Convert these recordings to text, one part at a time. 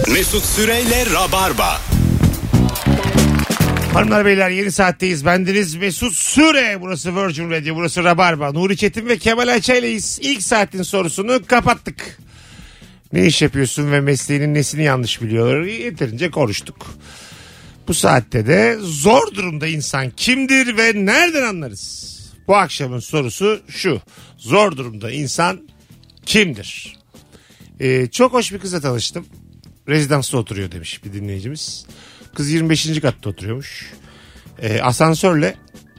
Mesut Süreyle Rabarba. Hanımlar beyler yeni saatteyiz. Bendeniz Mesut Süre. Burası Virgin Radio, burası Rabarba. Nuri Çetin ve Kemal Ayça'yleyiz. İlk saatin sorusunu kapattık. Ne iş yapıyorsun ve mesleğinin nesini yanlış biliyor? Yeterince konuştuk. Bu saatte de zor durumda insan kimdir ve nereden anlarız? Bu akşamın sorusu şu. Zor durumda insan kimdir? Çok hoş bir kızla tanıştım. Rezidansta oturuyor demiş bir dinleyicimiz. Kız 25. katta oturuyormuş. Asansörle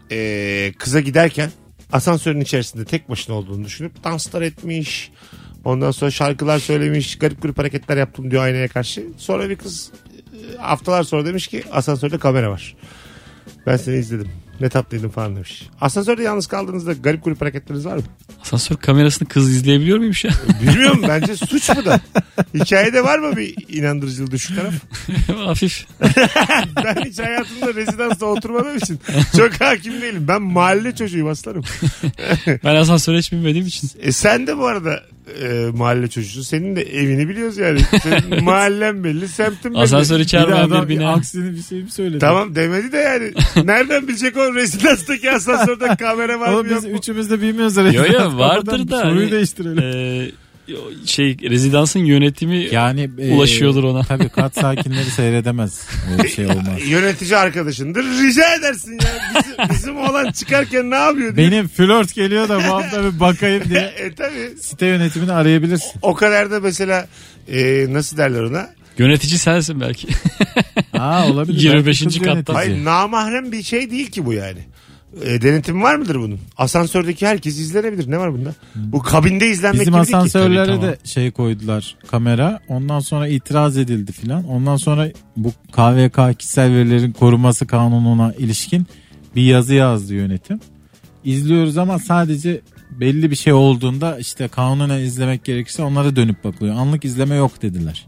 kıza giderken asansörün içerisinde tek başına olduğunu düşünüp danslar etmiş. Ondan sonra şarkılar söylemiş. Garip garip hareketler yaptım diyor aynaya karşı. Sonra bir kız haftalar sonra demiş ki asansörde kamera var. Ben seni izledim. Ne tatlıydın falan demiş. Asansörde yalnız kaldığınızda garip garip hareketleriniz var mı? Asansör kamerasını kız izleyebiliyor muymuş ya? Bilmiyorum, bence suç bu da. Hikayede var mı bir inandırıcılığı düşük taraf? Hafif. Ben hiç hayatımda rezidansta oturmadığım için çok hakim değilim. Ben mahalle çocuğuyum aslanım. Ben asansöre hiç binmediğim için. Sen de bu arada mahalle çocuğusun. Senin de evini biliyoruz yani. Senin mahallen belli, semtin belli. Asansör içermeyen bir bina. Aksini bir şey mi söyledi? Tamam demedi de yani. Nereden bilecek o rezidanstaki asansörde kamera var mı Oğlum yok biz mu? üçümüz de bilmiyoruz. Yo vardır da. Soruyu değiştirelim. Rezidansın yönetimi Yani ulaşıyordur ona. Tabii kat sakinleri seyredemez. Öyle bir şey olmaz. Yönetici arkadaşındır. Rica edersin ya. Bizim oğlan çıkarken ne yapıyor diye. Benim flört geliyor da bu hafta bir bakayım diye. Tabii. Site yönetimini arayabilirsin. O kadar da mesela nasıl derler ona? Yönetici sensin belki. Olabilir. 25. Belki kız katta. yönetici. Hayır, namahrem bir şey değil ki bu yani. Denetim var mıdır bunun? Asansördeki herkes izlenebilir. Ne var bunda? Bu kabinde izlenmek Bizim gibi değil ki. asansörlere Tabii, de şey koydular, kamera. Ondan sonra itiraz edildi filan. Ondan sonra bu KVK kişisel verilerin korunması kanununa ilişkin bir yazı yazdı yönetim. İzliyoruz ama sadece belli bir şey olduğunda işte kanunen izlemek gerekirse onlara dönüp bakılıyor. Anlık izleme yok dediler.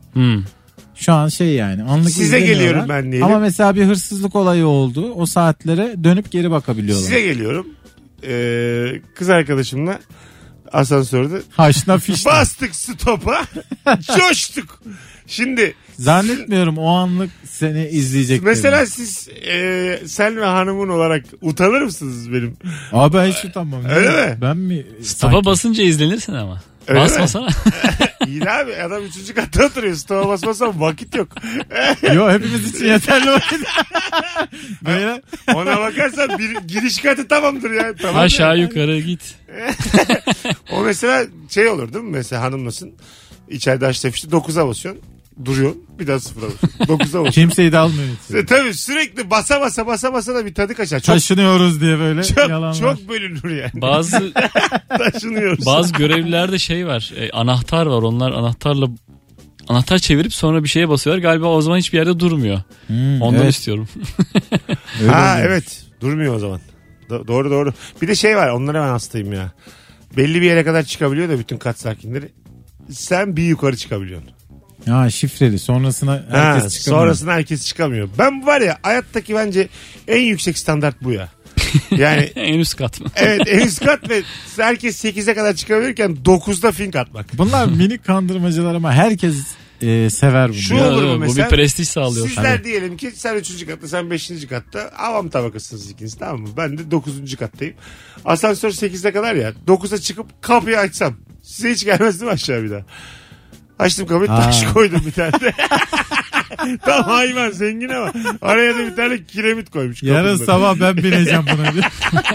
Şu an yani anlık Size izlemiyorlar. geliyorum ben diyelim. Ama mesela bir hırsızlık olayı oldu. O saatlere dönüp geri bakabiliyorlar. Size geliyorum. Kız arkadaşımla asansörde Haşna fişna. bastık stopa. Coştuk. Şimdi Zannetmiyorum o anlık seni izleyecek. mesela siz sen ve hanımın olarak utanır mısınız benim? Abi ben hiç utanmam. Öyle mi? Ben mi? Stopa basınca izlenirsin ama. Öyle Basmasana. İyi abi, adam 3. katta oturuyor. Stopa basmasam vakit yok. Yo hepimiz için yeterli vakit. Böyle. Ona bakarsan bir giriş katı tamamdır ya. Tamam Aşağı ya. yukarı git. O mesela olur değil mi? Mesela hanımlasın. İçeride açtı fişti 9'a basıyorsun. Duruyorsun. Bir daha 0'a basıyorsun. 9'a basıyorsun. Kimseyi de almıyor. Tabii sürekli basa basa da bir tadı kaçar. Çok, Taşınıyoruz diye böyle yalanlar. çok bölünür yani. Taşınıyoruz. Bazı görevlilerde var. Anahtar var. Onlar anahtar çevirip sonra bir şeye basıyorlar. Galiba o zaman hiçbir yerde durmuyor. Ondan istiyorum. Evet. Durmuyor o zaman. Doğru. Bir de var. Onlara ben hastayım ya. Belli bir yere kadar çıkabiliyor da bütün kat sakinleri. Sen bir yukarı çıkabiliyorsun. Şifreli. Sonrasına herkes çıkamıyor. Sonrasında herkes çıkamıyor. Ben var ya hayattaki bence en yüksek standart bu ya. Yani En üst kat mı? evet, en üst kat ve herkes 8'e kadar çıkabilirken 9'da fink atmak. Bunlar minik kandırmacılar ama herkes sever bunu. Şu olur mu Bu mesela? bir prestij sağlıyor. Sizler diyelim ki sen 3. katta, sen 5. katta, avam tabakasınız ikiniz, tamam mı? Ben de 9. kattayım. Asansör 8'e kadar ya. 9'a çıkıp kapıyı açsam size hiç gelmez değil mi aşağı bir daha? Açtım kapıyı, taş koydum bir tane de. Tam hayvan zengin ama araya da bir tane kiremit koymuş. Yarın sabah ben bineceğim buna diye.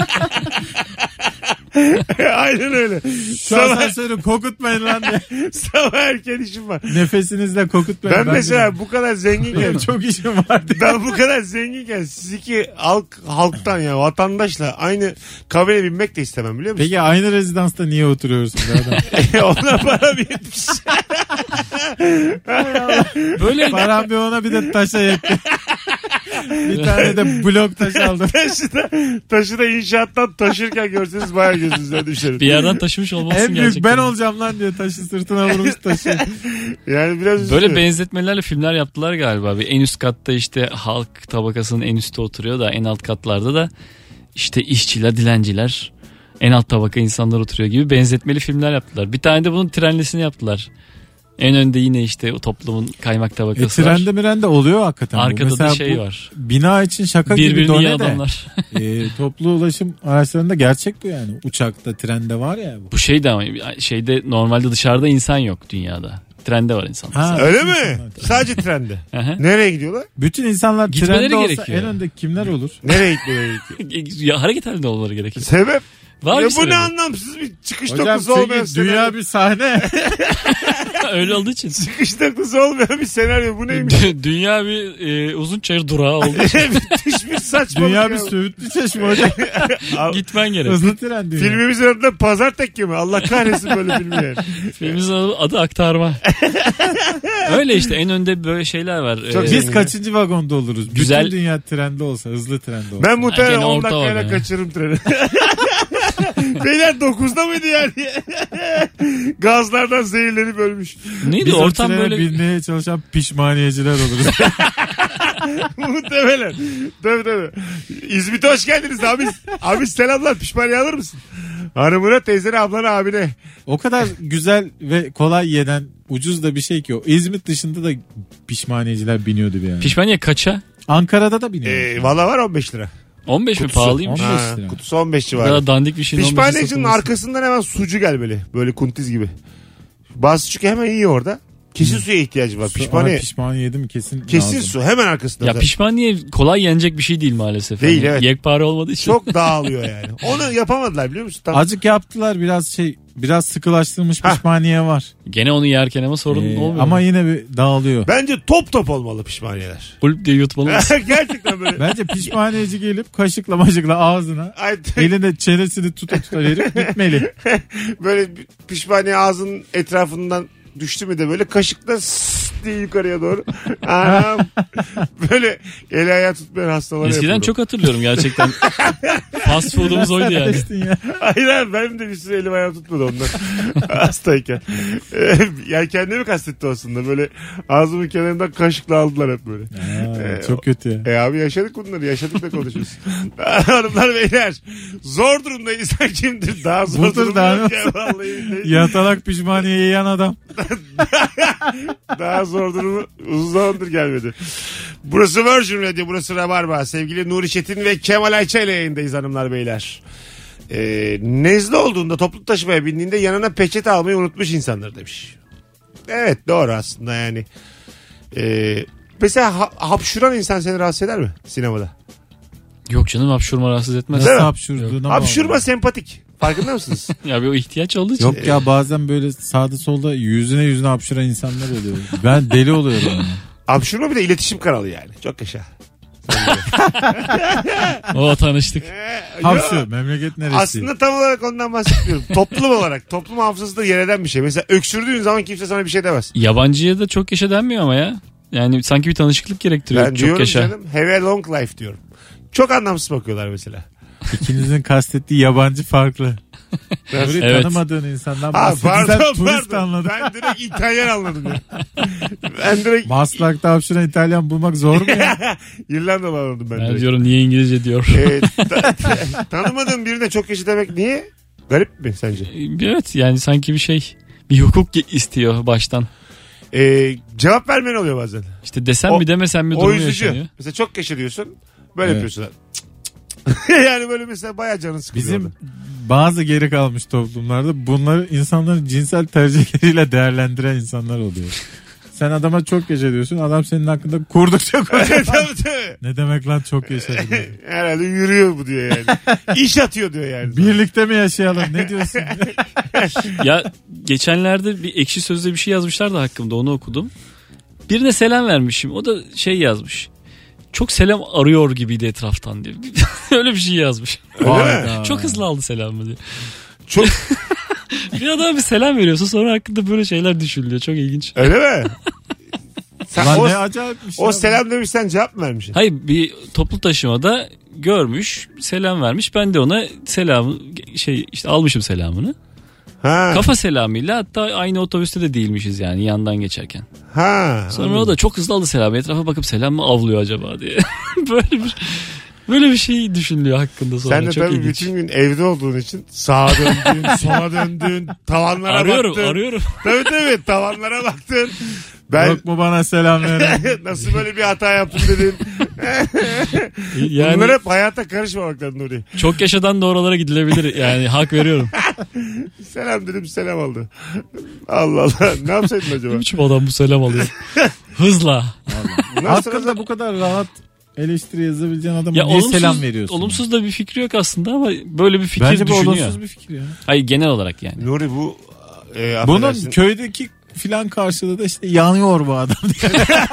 Aynen öyle. Şu asansörü kokutmayın lan diye. Sabah erken işim var. Nefesinizle kokutmayın. Ben mesela bu kadar zenginken çok işim var diye. ben bu kadar zenginken siz iki halktan ya vatandaşla aynı kabine binmek de istemem, biliyor musun? Peki aynı rezidansta niye oturuyorsun? Ona para bir yetmiş. Böyle Param bir ona bir de taşa yetti. Bir tane de blok taş aldım. Taşı da inşaattan taşırken görseniz bayağı gözünüzden düşerim. bir yerden taşımış olmalısın En büyük gerçekten. ben olacağım lan diye taşı sırtına vurmuş taşı. Yani biraz Böyle üzülüyorum. benzetmelerle filmler yaptılar galiba. En üst katta halk tabakasının en üstte oturuyor da en alt katlarda da işçiler, dilenciler, en alt tabaka insanlar oturuyor gibi benzetmeli filmler yaptılar. Bir tane de bunun trenlisini yaptılar. En önde yine işte o toplumun kaymak tabakası var. Trende mirende oluyor hakikaten. Arkada Mesela da şey bu var. Bina için şaka gibi Birbirini done yiyen de. adamlar. Toplu ulaşım araçlarında gerçek bu yani. Uçakta, trende var ya bu. Bu şey de ama şeyde normalde dışarıda insan yok dünyada. Trende var insanlar. Ha, Öyle bütün mi? insanlar. Sadece trende. Hı hı. Nereye gidiyorlar? Bütün insanlar Gitmeleri trende olsa gerekiyor. en önde kimler olur? Nereye gitmeleri gerekiyor? Ya hareket halinde olmaları gerekir. Sebep? Var Ya bir bu sebebi. ne anlamsız bir çıkış Hocam noktası olmayan çünkü dünya senaryo. bir sahne. Öyle olduğu için. Çıkış noktası olmayan bir senaryo. Bu neymiş? Dünya bir uzun çayır durağı olduğu için Müthiş bir saçmalık dünya ya. bir söğütlü çeşme hocam. gitmen gerek. Hızlı tren dünya. Filmimizin adı Pazar Tekke mi? Allah kahretsin böyle filmi yani. Filmimizin adı aktarma. Öyle işte en önde böyle şeyler var. Çok Biz kaçıncı vagonda oluruz? Güzel- Bütün dünya trende olsa, hızlı trende olsa. Ben muhtemelen gene 10 orta dakikayla var ya. kaçırırım treni. Beyler 9'da mıydı yani? Gazlardan zehirlenip ölmüş. Neydi Biz o ortam trene böyle binmeye çalışan pişmaniyeciler oluruz. Muhtemelen. Tabii. İzmit'e hoş geldiniz abi. Abi selamlar. Pişmaniye alır mısın? Hanımına, teyzene, ablana, abine. O kadar güzel ve kolay yenen ucuz da bir şey ki o. İzmit dışında da pişmaniyeciler biniyordu bir yani. pişmaniye kaça? Ankara'da da biniyor. Valla var 15 lira. 15 mi Kutusu, pahalıymış? 15 Ha, lira. kutusu 15 Bu civarı. kadar dandik bir şeyin 15'e Pişmaniyecinin satılması. arkasından hemen sucu gelmeli. Böyle kuntiz gibi. Bazı çünkü hemen yiyor orada. Kesin suya ihtiyacı var. Pişmaniye Pişmaniye yedim kesin kesin lazım. su. Hemen arkasında. Ya zaten. pişmaniye kolay yenecek bir şey değil maalesef. Değil, evet. Yekpare olmadığı için. Çok dağılıyor yani. Onu yapamadılar biliyor musun? Tam Azıcık yaptılar biraz sıkılaştırılmış pişmaniye var. Gene onu yerken ama sorun olmuyor. Ama yine bir dağılıyor. Bence top top olmalı pişmaniyeler. Kulüp diye yutmalı mısın? Gerçekten böyle. Bence pişmaniyeci gelip kaşıkla maşıkla ağzına Ay, elinde çenesini tuta verip gitmeli. böyle pişmaniye ağzının etrafından düştü mü de böyle kaşıkla sss diye yukarıya doğru. Anam. Böyle eli ayağı tutmayan hastalara Eskiden yapıyorum. çok hatırlıyorum gerçekten. Fast food'umuz oydu yani. Sertleştin ya. Hayır benim de bir süre elim ayağım tutmadı ondan. Hastayken. Yani kendimi kastetti aslında. Böyle ağzımın kenarından kaşıkla aldılar hep böyle. Çok kötü ya. Abi yaşadık bunları. Yaşadık da konuşuyoruz. Hanımlar beyler. Zor durumda insan kimdir? Daha zor Budur durumda. daha yok ne ya, vallahi billahi. Yatalak pişmaniye yiyen adam. Daha zor durumu uzun zamandır gelmedi. Burası Virgin Radio, burası Rabarba. Sevgili Nuri Çetin ve Kemal Ayça ile yayındayız hanımlar beyler. Nezle olduğunda toplu taşımaya bindiğinde yanına peçete almayı unutmuş insanlar demiş. Evet doğru aslında yani. Mesela hapşuran insan seni rahatsız eder mi sinemada? Yok canım hapşurma rahatsız etmez. Değil mi? Nasıl hapşurduğuna bağlı. Hapşurma sempatik. Farkında mısınız? Ya bir o ihtiyaç olduğu için. Yok ya bazen böyle sağda solda yüzüne hapşıran insanlar oluyor. Ben deli oluyorum. Yani. Hapşurma bir de iletişim kanalı yani. Çok yaşa. O tanıştık. Hapşır memleket neresi? Aslında tam olarak ondan bahsetmiyorum. Toplum olarak. Toplum hafızası da yer eden bir şey. Mesela öksürdüğün zaman kimse sana bir şey demez. Yabancıya da çok yaşa denmiyor ama ya. Yani sanki bir tanışıklık gerektiriyor. Ben çok diyorum yaşa. canım have a long life diyorum. Çok anlamsız bakıyorlar mesela. İkinizin kastettiği yabancı farklı. Böyle Evet. tanımadığın insandan Ha, bahsediyorsan pardon turist pardon. anladım. Ben direkt İtalyan anladım ya. Ben direkt Maslak'ta hapşıran İtalyan bulmak zor mu ya? İrlandalı anladım ben Ben direkt. diyorum niye İngilizce diyor. Tanımadığın birine çok yaşa demek niye? Garip mi sence? Evet yani sanki bir şey. Bir hukuk istiyor baştan. Cevap vermen oluyor bazen. İşte desem O- mi demesem mi O durumu üzücü. yaşanıyor. Mesela çok yaşa diyorsun. Böyle Evet. yapıyorsun. Yani böyle mesela bayağı canın sıkılıyor. Bizim orada. bazı geri kalmış toplumlarda bunları insanların cinsel tercihleriyle değerlendiren insanlar oluyor. Sen adama çok yaşa diyorsun. Adam senin hakkında kurdukça konuşuyor. Tabii, tabii. Ne demek lan çok yaşa diyor. Herhalde yürüyor bu diyor yani. İş atıyor diyor yani. Birlikte mi yaşayalım ne diyorsun? Ya geçenlerde bir ekşi sözde bir şey yazmışlar da hakkımda onu okudum. Birine selam vermişim. O da şey yazmış. Çok selam arıyor gibiydi etraftan diye. Öyle bir şey yazmış. Hayda. Çok hızlı aldı selamı diye. Çok Bir adama bir selam veriyorsun sonra hakkında böyle şeyler düşünülüyor. Çok ilginç. öyle mi? Sen Lan o, ne acayipmiş. o ya. selam demiş sen cevap mı vermişsin? Hayır bir toplu taşımada görmüş selam vermiş. Ben de ona selamı işte almışım selamını. Ha. Kafa selamıyla hatta aynı otobüste de değilmişiz yani yandan geçerken. Ha. Sonra o da çok hızlı aldı selamı. Etrafa bakıp selam mı avlıyor acaba diye. Böyle bir Böyle bir şey düşünülüyor hakkında sonra. Sen de Çok tabii ilginç. bütün gün evde olduğun için sağa döndün, sola döndün, tavanlara baktın. Arıyorum. Tabii tavanlara baktın. Ben Yok mu bana selam veren? nasıl böyle bir hata yaptım dedin. Yani Bunlar hep hayata karışmamaktan Nuri. çok yaşadan da oralara gidilebilir. Yani hak veriyorum. Selam dedim selam aldı. Allah Allah. Ne yapsaydın Ne acaba? biçim adam bu selam alıyor? Hızla. Bundan sonra Hakkında bu kadar rahat eleştiri yazabileceğin adama Ya niye selam veriyorsun? olumsuz da bir fikri yok aslında ama böyle bir fikir Bence bu düşünüyor. olumsuz bir fikir ya. Hayır genel olarak yani. Nuri bu Bunun affedersin. köydeki filan karşılığı da işte yanıyor bu adam diye.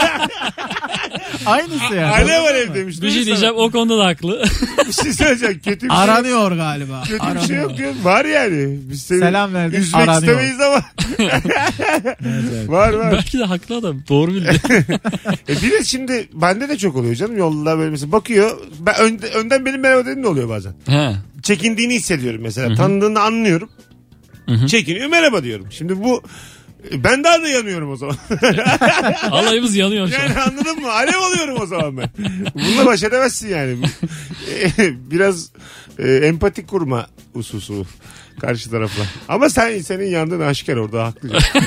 Aynısı yani. Alev alev demiş. Bir şey diyeceğim o konuda da haklı. Bir şey söyleyeceğim. Kötü bir şey yok. Aranıyor galiba. Kötü bir Aranıyor. şey yok diyorum. Var yani. Biz seni Selam verdik, üzmek aranıyor. istemeyiz ama. Evet. Var. Belki de haklı adam. Doğru bildi. Bir de şimdi bende de çok oluyor canım. Yolda böyle mesela bakıyor. Ben önden benim merhaba dediğim de oluyor bazen. He. Çekindiğini hissediyorum mesela. Tanıdığını anlıyorum. Çekiniyor merhaba diyorum. Şimdi bu ben daha da yanıyorum o zaman. Alayımız yanıyor şu an. Yani anladın mı? Alev oluyorum o zaman ben. Bununla baş edemezsin yani. Biraz empati kurma hususu karşı tarafla. Ama senin yandığın aşikar orada haklı.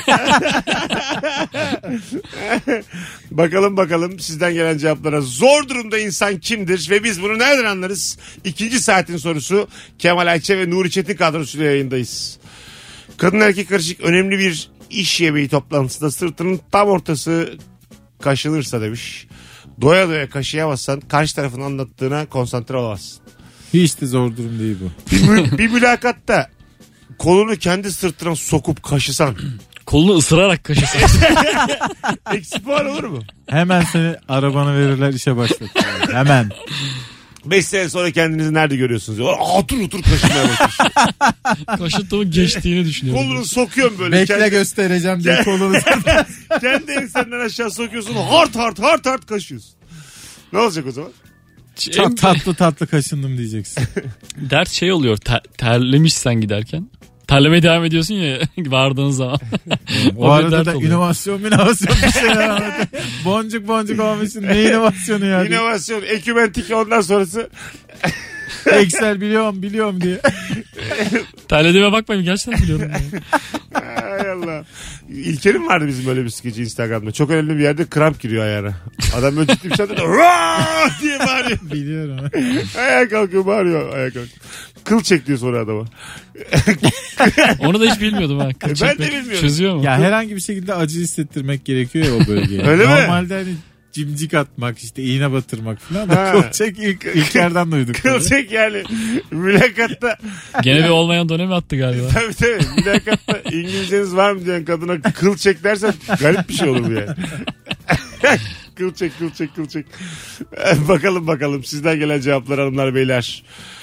Bakalım sizden gelen cevaplara. Zor durumda insan kimdir ve biz bunu nereden anlarız? 2. saatin sorusu. Kemal Ayça ve Nuri Çetin kadrosuyla yayındayız. Kadın erkek karışık önemli bir iş yemeği toplantısında sırtının tam ortası kaşınırsa demiş. Doya doya kaşıyamazsan karşı tarafın anlattığına konsantre olamazsın. Hiç de zor durum değil bu. Bir mülakatta kolunu kendi sırtına sokup kaşısan Kolunu ısırarak kaşısın. eksi puan olur mu? Hemen seni arabana verirler işe başlatırlar. Hemen. 5 sene sonra kendinizi nerede görüyorsunuz? Otur kaşımaya başlıyorsun. Kaşıntımın geçtiğini düşünüyorum. Kolunu sokuyorsun böyle. Bekle göstereceğim diye kolunu. Kendi ensenden aşağı sokuyorsun. Hard kaşıyorsun. Ne olacak o zaman? Çok tatlı kaşındım diyeceksin. Dert şey oluyor. Terlemişsen giderken. Terlemeye devam ediyorsun ya vardığın zaman. O bir arada dert da oluyor. inovasyon bir şeyler anlatıyor. Boncuk olmuşsun. Ne inovasyonu ya? İnovasyon, ekümentik ondan sonrası. Excel biliyorum diye. Terlediğime bakmayın gerçekten biliyorum. Hay Allah. İlker'in vardı bizim böyle bir skeci Instagram'da. Çok önemli bir yerde kramp giriyor ayağına. Adam böyle ciddi bir şey diye bağırıyor. Biliyorum. Ayağa kalkıyor bağırıyor. Ayağa kalkıyor. Kıl çek diyor sonra adama. Onu da hiç bilmiyordum ha. Kıl Ben de çekmek bilmiyorum. Çözüyor mu? Ya herhangi bir şekilde acı hissettirmek gerekiyor ya o bölgeye. Öyle mi? Normalde hani cimcik atmak işte iğne batırmak falan Ha. da kılçek İlker'den duyduk. Kıl çek yani. Mülakatta. Gene bir olmayan dönemi attı galiba. Tabii. Mülakatta İngilizceniz var mı diyen kadına kıl çek dersen garip bir şey olur bu yani. Kıl çek. Bakalım sizden gelen cevaplar hanımlar beyler.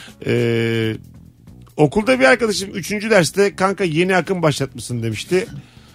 Okulda bir arkadaşım 3. derste kanka yeni akım başlatmışsın demişti.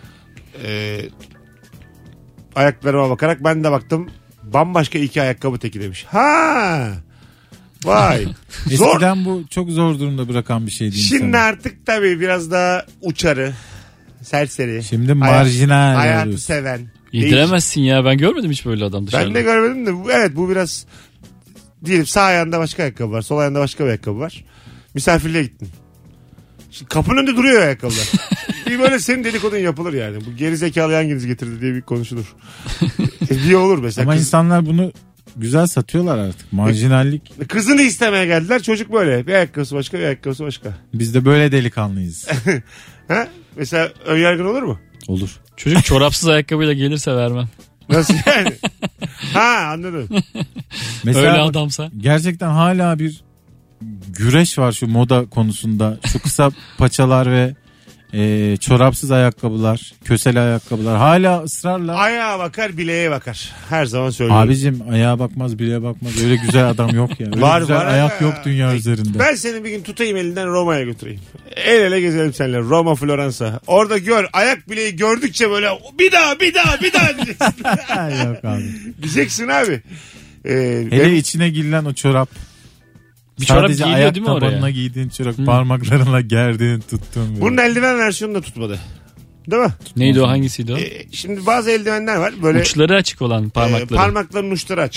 Ayaklarıma bakarak ben de baktım. Bambaşka 2 ayakkabı teki demiş. Ha. Vay. Zor. Eskiden bu çok zor durumda bırakan bir şeydi Şimdi insanı. artık tabii biraz daha uçarı, serseri. Şimdi marjinal Hayatı oluyorsun. seven. Yediremezsin ya ben görmedim hiç böyle adam dışarıda. Ben de görmedim de evet bu biraz diyelim sağ ayağında başka ayakkabı var. Sol ayağında başka bir ayakkabı var. Misafirliğe gittin. Şimdi kapının önünde duruyor ayakkabılar. Bir böyle senin dedikodun yapılır yani. Bu geri zekalı hanginiz getirdi diye bir konuşulur. Bir olur mesela. Ama insanlar bunu güzel satıyorlar artık. Marjinallik. Kızını istemeye geldiler. Çocuk böyle. Bir ayakkabısı başka bir ayakkabısı başka. Biz de böyle delikanlıyız. Ha? Mesela önyargın olur mu? Olur. Çocuk çorapsız ayakkabıyla gelirse vermem. Nasıl yani? Ha anladım. Mesela Öyle adamsa. gerçekten hala bir güreş var şu moda konusunda. Şu kısa paçalar ve çorapsız ayakkabılar, köseli ayakkabılar hala ısrarla. Ayağa bakar bileğe bakar. Her zaman söylüyorum. Abicim ayağa bakmaz bileğe bakmaz. Öyle güzel adam yok ya. Öyle Var, güzel var ayak ya. yok dünya üzerinde. Ben seni bir gün tutayım elinden Roma'ya götüreyim. El ele gezelim seninle. Roma, Floransa. Orada gör ayak bileği gördükçe böyle bir daha diyeceksin. Yok abi. Diyeceksin abi. Hele içine girilen o çorap. Bir çorap Sadece giyiliyor ayak değil mi oraya? tabanına giydiğin çorap parmaklarınla gerdiğin tuttuğun. böyle. Bunun eldiven versiyonu da tutmadı. Değil mi? Neydi o hangisiydi o? Şimdi bazı eldivenler var. Böyle Uçları açık olan parmakları. parmakların uçları açık.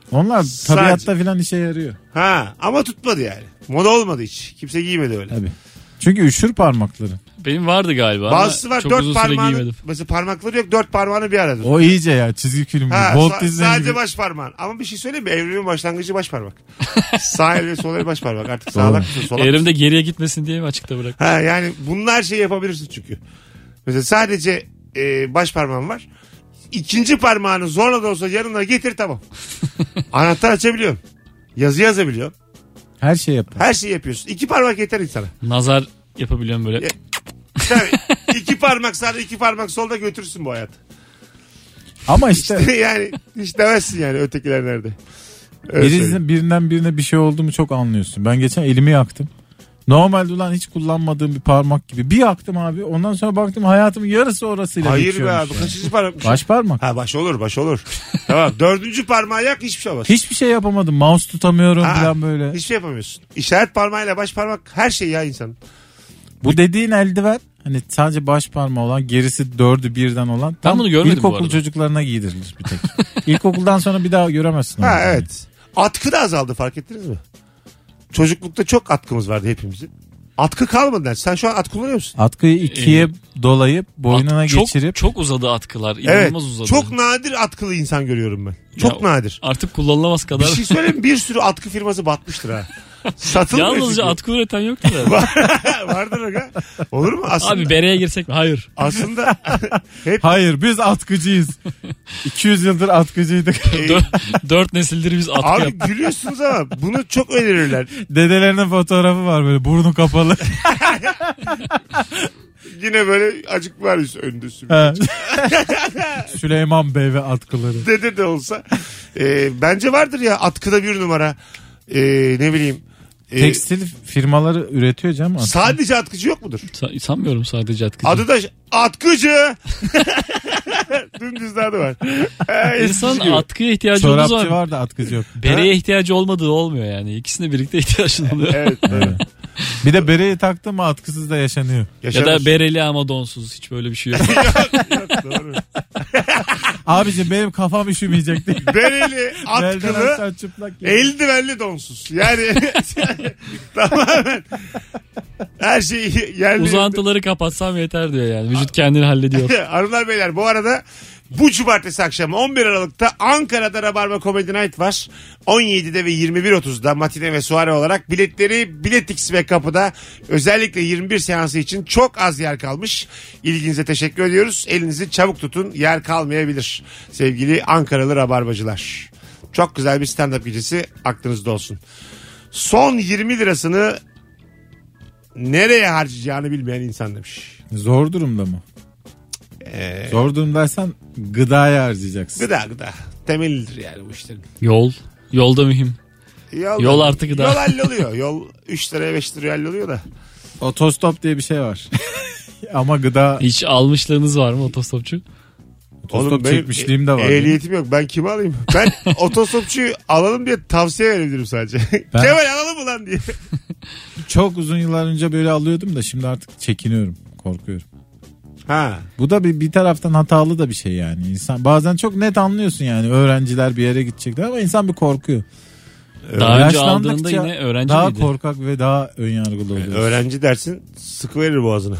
Onlar Sadece. tabiatta falan işe yarıyor. Ha ama tutmadı yani. Moda olmadı hiç. Kimse giymedi öyle. Tabii. Çünkü üşür parmakların. Benim vardı galiba Bazısı ama var çok 4 uzun süre parmağını. giymedim. Mesela parmakları yok 4 parmağını bir arada. O iyice ya çizgi film gibi. Ha, Walt Disney sadece gibi. baş parmağın. Ama bir şey söyleyeyim mi? Evrimin başlangıcı baş parmak. Sağ el ve sol el baş parmak. Artık sağlak mısın solak mısın? Eğrimde geriye gitmesin diye mi açıkta bırak? Ha, yani bunlar şey yapabilirsin çünkü. Mesela sadece baş parmağın var. İkinci parmağını zorla da olsa yanına getir tamam. Anahtar açabiliyorsun. Yazı yazabiliyorsun. Her şey yapar. Her şeyi yapıyorsun. 2 parmak yeter insana. Nazar yapabiliyorum böyle. Ya- Tabii. 2 parmak sağda 2 parmak solda götürürsün bu hayatı. Ama işte Yani hiç demezsin yani ötekiler nerede. Öyle söyleyeyim. birinden birine bir şey oldu mu çok anlıyorsun. Ben geçen elimi yaktım. Normalde ulan hiç kullanmadığım bir parmak gibi. Bir yaktım abi. Ondan sonra baktım hayatımın yarısı orasıyla Hayır be geçiyormuş abi yani. kaçıncı parmak? Baş parmak. Ha baş olur baş olur. Tamam 4. parmağı yak hiçbir şey olmaz. Hiçbir şey yapamadım. Mouse tutamıyorum Ha, falan böyle. Hiçbir şey yapamıyorsun. İşaret parmağıyla baş parmak her şey ya insan. Bu dediğin eldiven hani sadece baş parmağı olan gerisi dördü birden olan Ben bunu görmedim bu ilkokul arada. çocuklarına giydirilir bir tek. İlkokuldan sonra bir daha göremezsin. onu Ha yani. evet. Atkı da azaldı fark ettiniz mi? Çocuklukta çok atkımız vardı hepimizin. Atkı kalmadı. Yani. Sen şu an at kullanıyor musun? Atkıyı ikiye dolayıp boynuna geçirip Çok uzadı atkılar. Evet. İnanılmaz uzadı. Çok nadir atkılı insan görüyorum ben. Çok Ya, nadir. Artık kullanılamaz Bir kadar. şey söyleyeyim mi? Bir sürü atkı firması batmıştır ha. Satılmıyor Yalnızca çünkü. atkı üreten yoktu da. Vardır aga. Olur mu? Aslında, Abi bereye girsek mi? Hayır. aslında hep hayır biz atkıcıyız. 200 yıldır atkıcıydık. 4 nesildir biz atkı abi yaptık. gülüyorsunuz ama bunu çok önerirler. Dedelerinin fotoğrafı var böyle burnu kapalı. Yine böyle acık var önünde sümük. Ha. Süleyman Bey ve atkıları. Dede de olsa. Bence vardır ya atkıda bir numara. Ne bileyim. Tekstil firmaları üretiyor canım. atkı. Sadece atkıcı yok mudur? Sanmıyorum sadece atkıcı. Adı da atkıcı. Dümdüz de adı var. İnsan Eskisi gibi. atkıya ihtiyacı olduğu Çorapçı zaman var da atkıcı yok. bereye ihtiyacı olmadığı olmuyor yani. İkisine birlikte ihtiyacın oluyor. Evet. Evet. Bir de bereyi taktın mı atkısız da yaşanıyor. Ya Yaşanır. da bereli ama donsuz. Hiç böyle bir şey yok. Yok, doğru. Abicim benim kafam üşümeyecek değil. Bereli, Belden atkılı, aşağı çıplak. ya. eldivenli donsuz. Yani tamamen her şeyi yerli. Uzantıları kapatsam yeter diyor yani. Vücut kendini hallediyor. Hanımlar beyler bu arada bu cumartesi akşamı 11 Aralık'ta Ankara'da Rabarba Comedy Night var. 17'de ve 21.30'da matine ve soare olarak biletleri Biletix ve kapıda özellikle 21 seansı için çok az yer kalmış. İlginize teşekkür ediyoruz. Elinizi çabuk tutun yer kalmayabilir sevgili Ankaralı Rabarbacılar. Çok güzel bir stand-up gecesi aklınızda olsun. Son 20 lirasını nereye harcayacağını bilmeyen insan demiş. Zor durumda mı? Zor durumdaysan gıdaya harcayacaksın. Gıda. Temelidir yani bu işlerin. Yolda mühim. Yol artı gıda. Yol halloluyor. Yol 3 liraya 5 liraya halloluyor da. Otostop diye bir şey var. Ama gıda Hiç almışlığınız var mı otostopçu? otostop benim çekmişliğim de var. Ehliyetim yok. Ben kimi alayım? Ben otostopçuyu alalım diye tavsiye verebilirim sadece. Ben- Kemal alalım mı lan diye. Çok uzun yıllar önce böyle alıyordum da şimdi artık çekiniyorum. Korkuyorum. Ha. Bu da bir taraftan hatalı da bir şey yani. İnsan bazen çok net anlıyorsun yani öğrenciler bir yere gidecekler ama insan bir korkuyor. Daha önce Yaşlandıkça aldığında yine öğrenci daha miydi? korkak ve daha önyargılı oluyorsun. Öğrenci dersin sıkı verir boğazını.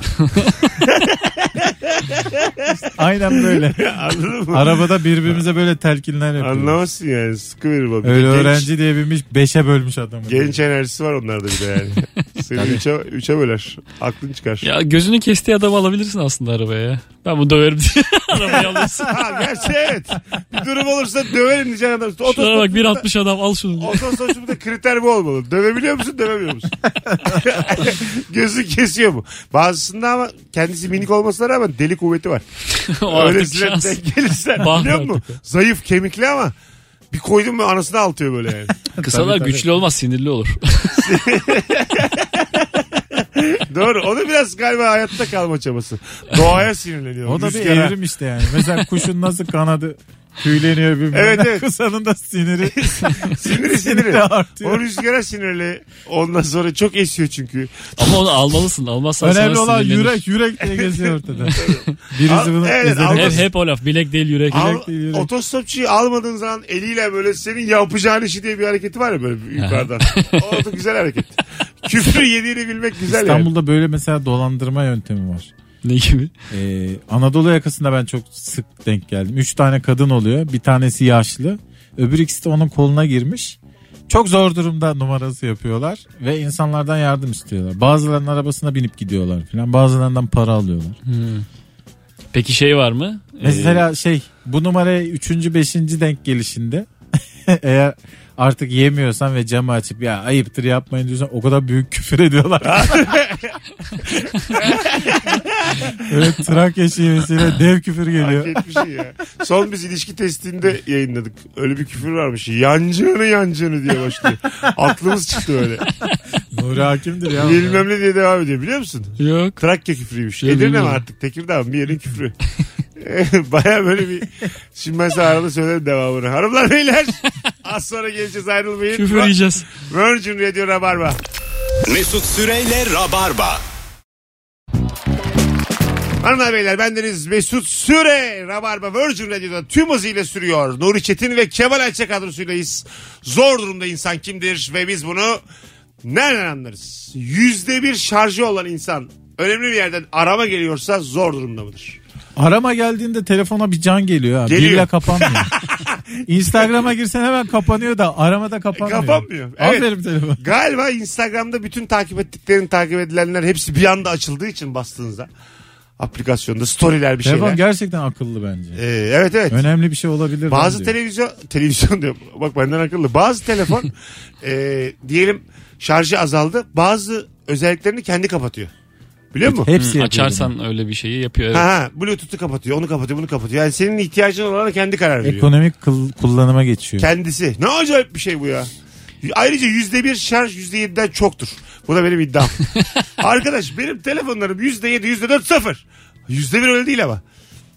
Aynen böyle. Anladın mı? Arabada birbirimize böyle telkinler yapıyoruz. Anlamazsın yani sıkı verir boğazını. Öyle Genç- öğrenci diye binmiş 5'e bölmüş adamı. Genç enerjisi var onlarda bir de yani. Seni 3'e böler. Aklın çıkar. Ya gözünün kestiği adamı alabilirsin aslında arabaya ya. Ben bunu döverim diye arabayı alırsın. Ha gerçi evet. Bir durum olursa döverim diyeceksin adam. Şuna bak 1.60 adam al şunu diye. Otostopçumda kriter bu olmalı. Dövebiliyor musun dövemiyor musun? Gözü kesiyor mu? Bazısında ama kendisi minik olmasına rağmen deli kuvveti var. O artık Öylesine şans. denk gelirsen Bah biliyor musun? artık. Zayıf kemikli ama bir koydun mu anasını altıyor böyle yani. Kısalar Tabii. güçlü olmaz sinirli olur. Doğru. O da biraz galiba hayatta kalma çabası. Doğaya sinirleniyor. O da bir Rüzgara. evrim işte yani. Mesela kuşun nasıl kanadı tüyleniyor birbirine. Evet. Kuşanın da siniri. Siniri. artıyor. O rüzgara sinirli. Ondan sonra çok esiyor çünkü. Ama onu almalısın. Almazsan Önemli sana olan sinirlenir. yürek diye geziyor ortada. Birisi bunu Evet, izlemek. Hep o laf. Bilek değil yürek. Yürek. Otostopçuyu almadığın zaman eliyle böyle senin yapacağın işi diye bir hareketi var ya böyle yukarıdan. O da güzel hareket. Küfrü yediğini bilmek güzel İstanbul'da böyle mesela dolandırma yöntemi var. Ne gibi? Anadolu yakasında ben çok sık denk geldim. 3 tane kadın oluyor. Bir tanesi yaşlı. Öbür ikisi de onun koluna girmiş. Çok zor durumda numarası yapıyorlar. Ve insanlardan yardım istiyorlar. Bazılarının arabasına binip gidiyorlar falan. Bazılarından para alıyorlar. Peki şey var mı? Mesela bu numaraya 3. 5. denk gelişinde eğer artık yemiyorsan ve camı açıp ya ayıptır yapmayın diyorsan o kadar büyük küfür ediyorlar. Evet, Trakya şivesiyle dev küfür geliyor. Hak etmiş ya. Son biz ilişki testinde yayınladık. Öyle bir küfür varmış. Yancığını diye başlıyor. Aklımız çıktı öyle. Nuri Hakim'dir ya. Bilmem ne diye devam ediyor biliyor musun? Yok. Trakya küfürüymüş. Yok, Edirne mi bilmiyorum. artık? Tekirdağ mı? Bir yerin küfrü. Baya böyle bir... Şimdi ben sana arada söylerim devamını. Hanımlar beyler az sonra geleceğiz, ayrılmayın. Küfür yiyeceğiz. Virgin Radio Rabarba. Mesut Süreyle Rabarba. Hanımlar beyler bendeniz Mesut Süre. Rabarba Virgin Radio'da tüm hızıyla sürüyor. Nuri Çetin ve Kemal Ayça kadrosuylayız. Zor durumda insan kimdir ve biz bunu nereden anlarız? %1 şarjı olan insan önemli bir yerden arama geliyorsa zor durumda mıdır? Arama geldiğinde telefona bir can geliyor. Abi. Geliyor. Birle kapanmıyor. Instagram'a girsen hemen kapanıyor da aramada kapanmıyor. Kapanmıyor. Evet. Aferin telefon. Galiba Instagram'da bütün takip ettiklerin takip edilenler hepsi bir anda açıldığı için bastığınızda aplikasyonda storyler bir şeyler. Telefon gerçekten akıllı bence. Evet. Önemli bir şey olabilir. Bazı bence. televizyon diyor. Bak benden akıllı. Bazı telefon diyelim şarjı azaldı. Bazı özelliklerini kendi kapatıyor. Biliyor musun? Hepsi yapıyor Açarsan öyle bir şeyi yapıyor. Evet. Ha, Bluetooth'u kapatıyor, onu kapatıyor, bunu kapatıyor. Yani senin ihtiyacın olana kendi karar bunu. veriyor. Ekonomik kullanıma geçiyor. Kendisi. Ne acayip bir şey bu ya. Ayrıca %1 şarj %7'den çoktur. Bu da benim iddiam. Arkadaş benim telefonlarım %7, %4, 0. %1 öyle değil ama.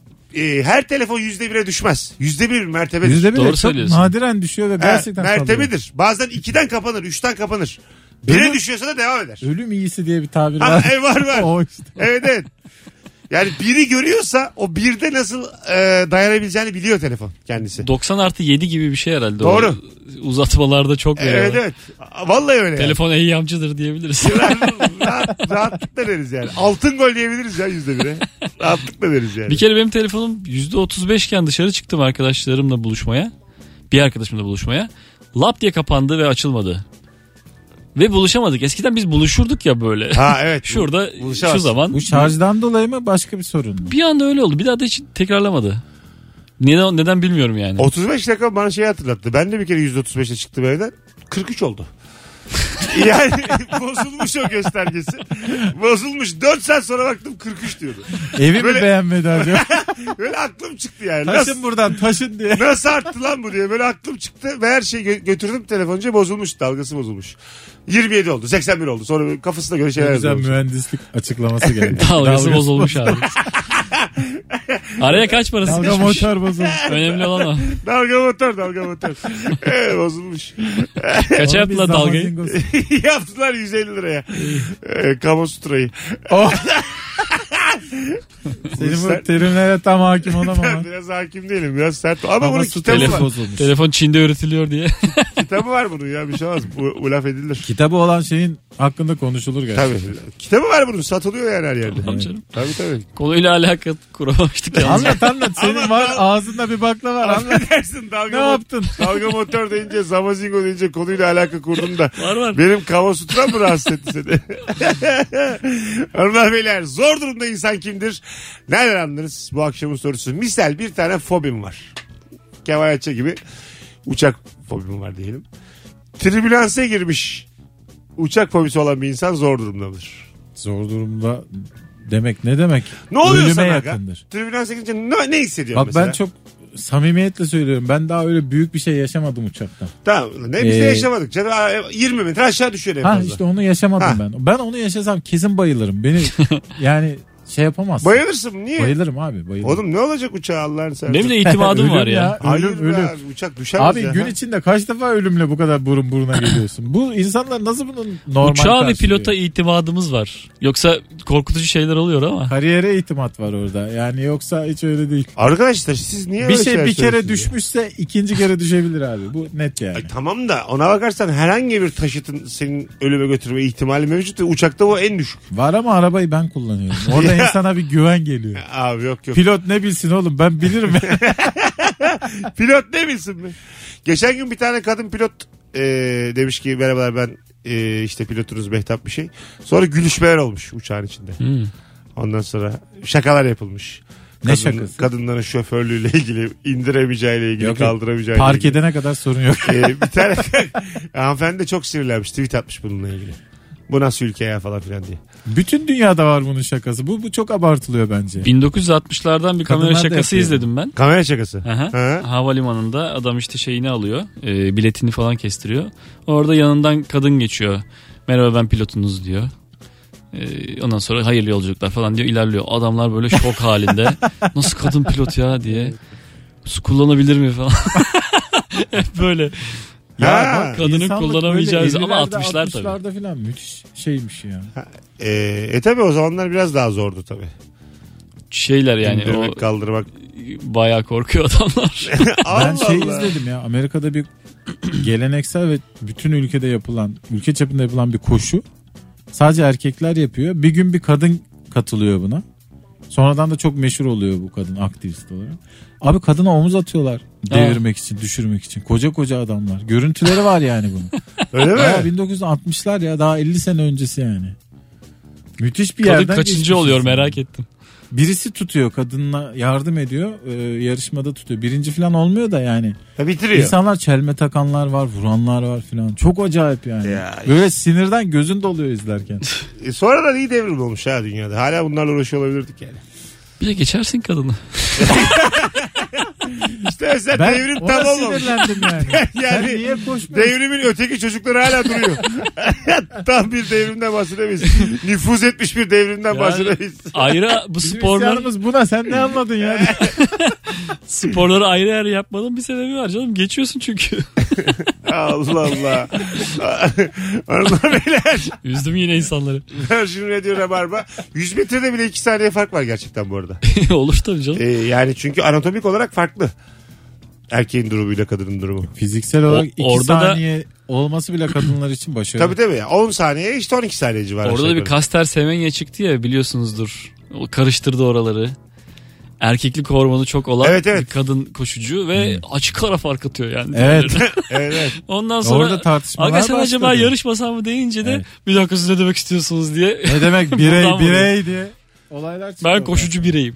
Her telefon %1'e düşmez. %1 mertebedir. %1 Doğru çok söylüyorsun. nadiren düşüyor ve gerçekten mertebedir. Bazen 2'den kapanır, 3'ten kapanır. 1'e düşüyorsa da devam eder. kalıyor. Ölüm iyisi diye bir tabir Ha, var. var. O işte. Evet. Yani biri görüyorsa o birde nasıl dayanabileceğini biliyor telefon kendisi. 90+7 gibi bir şey herhalde. Doğru. O uzatmalarda çok veriyorlar. Evet. Vallahi öyle. Telefon eyyamcıdır diyebiliriz. Rahatlıkla deriz yani. Altın gol diyebiliriz ya %1'e. Rahatlıkla deriz yani. Bir kere benim telefonum %35 iken dışarı çıktım arkadaşlarımla buluşmaya. Bir arkadaşımla buluşmaya. Lap diye kapandı ve açılmadı. Ve buluşamadık. Eskiden biz buluşurduk ya böyle. Ha evet. Şurada Buluşamaz. şu zaman. Bu şarjdan dolayı mı başka bir sorun mu? Bir anda öyle oldu. Bir daha da hiç tekrarlamadı. Neden bilmiyorum yani. 35 dakika bana şey hatırlattı. Ben de bir kere %35'e çıktım evden. 43 oldu. Yani bozulmuş o göstergesi. Bozulmuş. 4 saat sonra baktım 43 diyordu. Evi Böyle- mi beğenmedi acaba? Böyle aklım çıktı yani. Taşın buradan taşın diye. Nasıl arttı lan bu diye. Böyle aklım çıktı ve her şeyi götürdüm telefoncuya, bozulmuş. Dalgası bozulmuş. 27 oldu. 81 oldu. Sonra kafasına göre şeyler Güzel yazıyormuş. mühendislik açıklaması geldi. Dalgası bozulmuş abi. Araya kaç parası Dalga geçmiş? motor bozuldu. Önemli olan o. Dalga motor. Evet, bozulmuş. Kaça Oğlum biz yaptılar dalgayı? Zamazingo'su. Yaptılar 150 liraya. Kamosutra'yı. Oh. Senin Sen- bu terimlere tam hakim Ben olamam. biraz hakim değilim. Biraz sert. Ama bunun Babası kitabı telefon var. bozulmuş. Telefon Çin'de üretiliyor diye. Kitabı var bunun ya. Bir şey olmaz. Bu laf edilir. Kitabı olan şeyin hakkında konuşulur gerçekten. Tabii. Kitabı var bunun. Satılıyor yani her yerde. Tamam canım. Tabii. Konuyla alakalı kuramamıştık ya. Anlat. Senin Ama var dal- ağzında bir bakla var. Anlat. Affedersin Ne dalga yaptın? Dalga motor deyince, Zamazingo deyince konuyla alaka kurdun da. Var. Benim Kamasutra mı rahatsız etti seni? Hanımlar beyler, zor durumda insan kimdir? Nereden anlarız bu akşamın sorusu? Misal bir tane fobim var. Kemal Ayça gibi uçak fobim var diyelim. Tribülansa girmiş uçak fobisi olan bir insan zor durumdadır. Zor durumda demek ne demek? Ne oluyor Ölüme sana? yakındır. Tribülansa girince ne hissediyorsun Bak mesela? ben çok samimiyetle söylüyorum. Ben daha öyle büyük bir şey yaşamadım uçakta. Tamam. Ne biz de yaşamadık canım. 20 metre aşağı düşüyor en fazla. İşte onu yaşamadım Ha. ben. Ben onu yaşasam kesin bayılırım. Beni yani şey yapamazsın. Bayılırsın. Niye? Bayılırım abi, bayılırım. Oğlum ne olacak uçağa Allah'ını seversen. Benim de itimadım Ölüm var ya. Hayır Ölüm. be abi, uçak düşemez Abi ya. gün içinde kaç defa ölümle bu kadar burun buruna geliyorsun? Bu insanlar nasıl bunu normal Uçağa ve karşılıyor? pilota itimadımız var. Yoksa korkutucu şeyler oluyor ama. Kariyere itimat var orada. Yani yoksa hiç öyle değil. Arkadaşlar siz niye Bir öyle şey şeyler bir kere söylüyorsunuz ya? düşmüşse ikinci kere düşebilir abi. Bu net yani. Ay, tamam da ona bakarsan herhangi bir taşıtın senin ölüme götürme ihtimali mevcut ve uçakta o en düşük. Var ama arabayı ben kullanıyorum. Orada insana bir güven geliyor. Abi yok. Pilot ne bilsin oğlum, ben bilirim. Pilot ne bilsin mi? Geçen gün bir tane kadın pilot demiş ki merhabalar ben işte pilotunuz Mehtap bir şey. Sonra gülüşmeler olmuş uçağın içinde. Ondan sonra şakalar yapılmış. Ne şakası? Kadınların şoförlüğüyle ilgili, indiremeyeceğiyle ilgili, Yok, kaldıramayacağıyla Park ilgili. edene kadar sorun yok. Bir tane hanımefendi de çok sinirlenmiş. Tweet atmış bununla ilgili. Bu nasıl ülke ya falan filan diye. Bütün dünyada var bunun şakası. Bu çok abartılıyor bence. 1960'lardan bir kamera Kadınlar da şakası yapıyor. izledim ben. Kamera şakası. Aha. Ha. Havalimanında adam işte şeyini alıyor, biletini falan kestiriyor. Orada yanından kadın geçiyor. Merhaba ben pilotunuz diyor. Ondan sonra hayırlı yolculuklar falan diyor, ilerliyor. Adamlar böyle şok halinde. Nasıl kadın pilot ya diye. Su kullanabilir mi falan. Hep böyle. Ya, bak, kadının insanlık kullanamayacağı böyle ama 50'lerde, 60'lar tabii. 60'larda falan müthiş şeymiş ya. Tabi o zamanlar biraz daha zordu tabi. Şeyler yani İndirmek, o kaldırmak. bayağı korkuyor adamlar. Ben Allah şey Allah. izledim ya, Amerika'da bir geleneksel ve bütün ülkede yapılan, ülke çapında yapılan bir koşu. Sadece erkekler yapıyor. Bir gün bir kadın katılıyor buna. Sonradan da çok meşhur oluyor bu kadın aktivist olarak. Abi kadına omuz atıyorlar devirmek için, düşürmek için. Koca koca adamlar. Görüntüleri var yani bunun. Öyle mi? Bayağı 1960'lar ya, daha 50 sene öncesi yani. Müthiş bir Kadın yerden kaçıncı geçmişiz oluyor yani. merak ettim. Birisi tutuyor, kadınla yardım ediyor, yarışmada tutuyor. Birinci falan olmuyor da yani. Ya bitiriyor. İnsanlar çelme takanlar var, vuranlar var falan. Çok acayip yani. Ya Böyle sinirden gözün doluyor izlerken. Sonradan iyi devrim olmuş ha dünyada. Hala bunlarla uğraşıyor olabilirdik yani. Bir de geçersin kadını. İşte mesela Ben devrim ona tam olmamış. sinirlendim yani. Yani Sen niye koşmuyorsun? Devrimin öteki çocukları hala duruyor. Tam bir devrimden bahsedemeyiz. Nüfuz etmiş bir devrimden bahsedemeyiz. Ayrı bu Bizim sporlar, isyanımız buna, sen ne anladın ya? sporları ayrı ayrı yapmanın bir sebebi var canım. Geçiyorsun çünkü. Allah Allah. Hanımlar beyler. Üzdüm yine insanları. Virgin Radio Rabarba. 100 metrede bile 2 saniye fark var gerçekten bu arada. Olur tabii canım. Yani çünkü anatomik olarak farklı. Erkeğin durumuyla kadının durumu. Fiziksel olarak 2 orada da- saniye olması bile kadınlar için başarılı. Tabii. 10 saniye işte 12 saniye civarı. Orada da bir Caster Semenya çıktı ya, biliyorsunuzdur. O karıştırdı oraları. Erkeklik hormonu çok olan Evet. bir kadın koşucu ve açık ara fark atıyor yani. Evet. Evet. Ondan sonra Orada tartışmalar aga sen başladı. acaba yarışmasan mı deyince de Evet. bir dakika siz ne demek istiyorsunuz diye. Ne demek Buradan birey diye olaylar çıkıyor. Ben koşucu bireyim.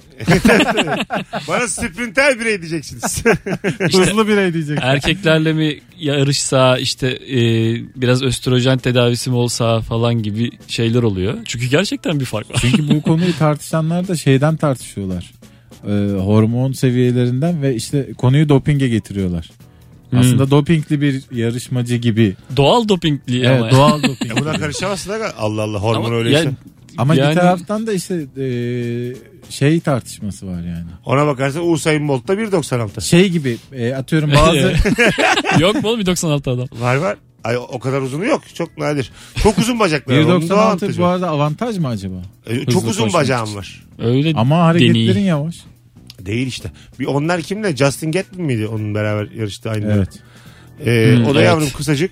Bana sprinter birey diyeceksiniz. Hızlı birey diyecek. Erkeklerle mi yarışsa işte biraz östrojen tedavisi mi olsa falan gibi şeyler oluyor. Çünkü gerçekten bir fark var. Çünkü bu konuyu tartışanlar da şeyden tartışıyorlar. Hormon seviyelerinden ve işte konuyu dopinge getiriyorlar. Aslında dopingli bir yarışmacı gibi. Doğal dopingli Evet, ama. doğal doping. Buna karışamazsın aga. Allah Allah hormon Ama öyleyse. yani- Ama Yani- bir taraftan da işte şey tartışması var yani. Ona bakarsan Usain Bolt'ta 1.96. Şey gibi atıyorum bazı Yok mu oğlum 1.96 adam? Var. Ay o kadar uzunu yok. Çok nadir. Çok uzun bacakları var. Onun da 1.96 avantajı bu var. arada avantaj mı acaba? Çok hızlı uzun koşmak bacağım için. var. Öyle Ama hareketlerin deneyi. yavaş. Değil işte. Bir onlar kimle? Justin Gatlin miydi? Onun beraber yarıştı aynı. Evet. O da evet. yavrum kısacık.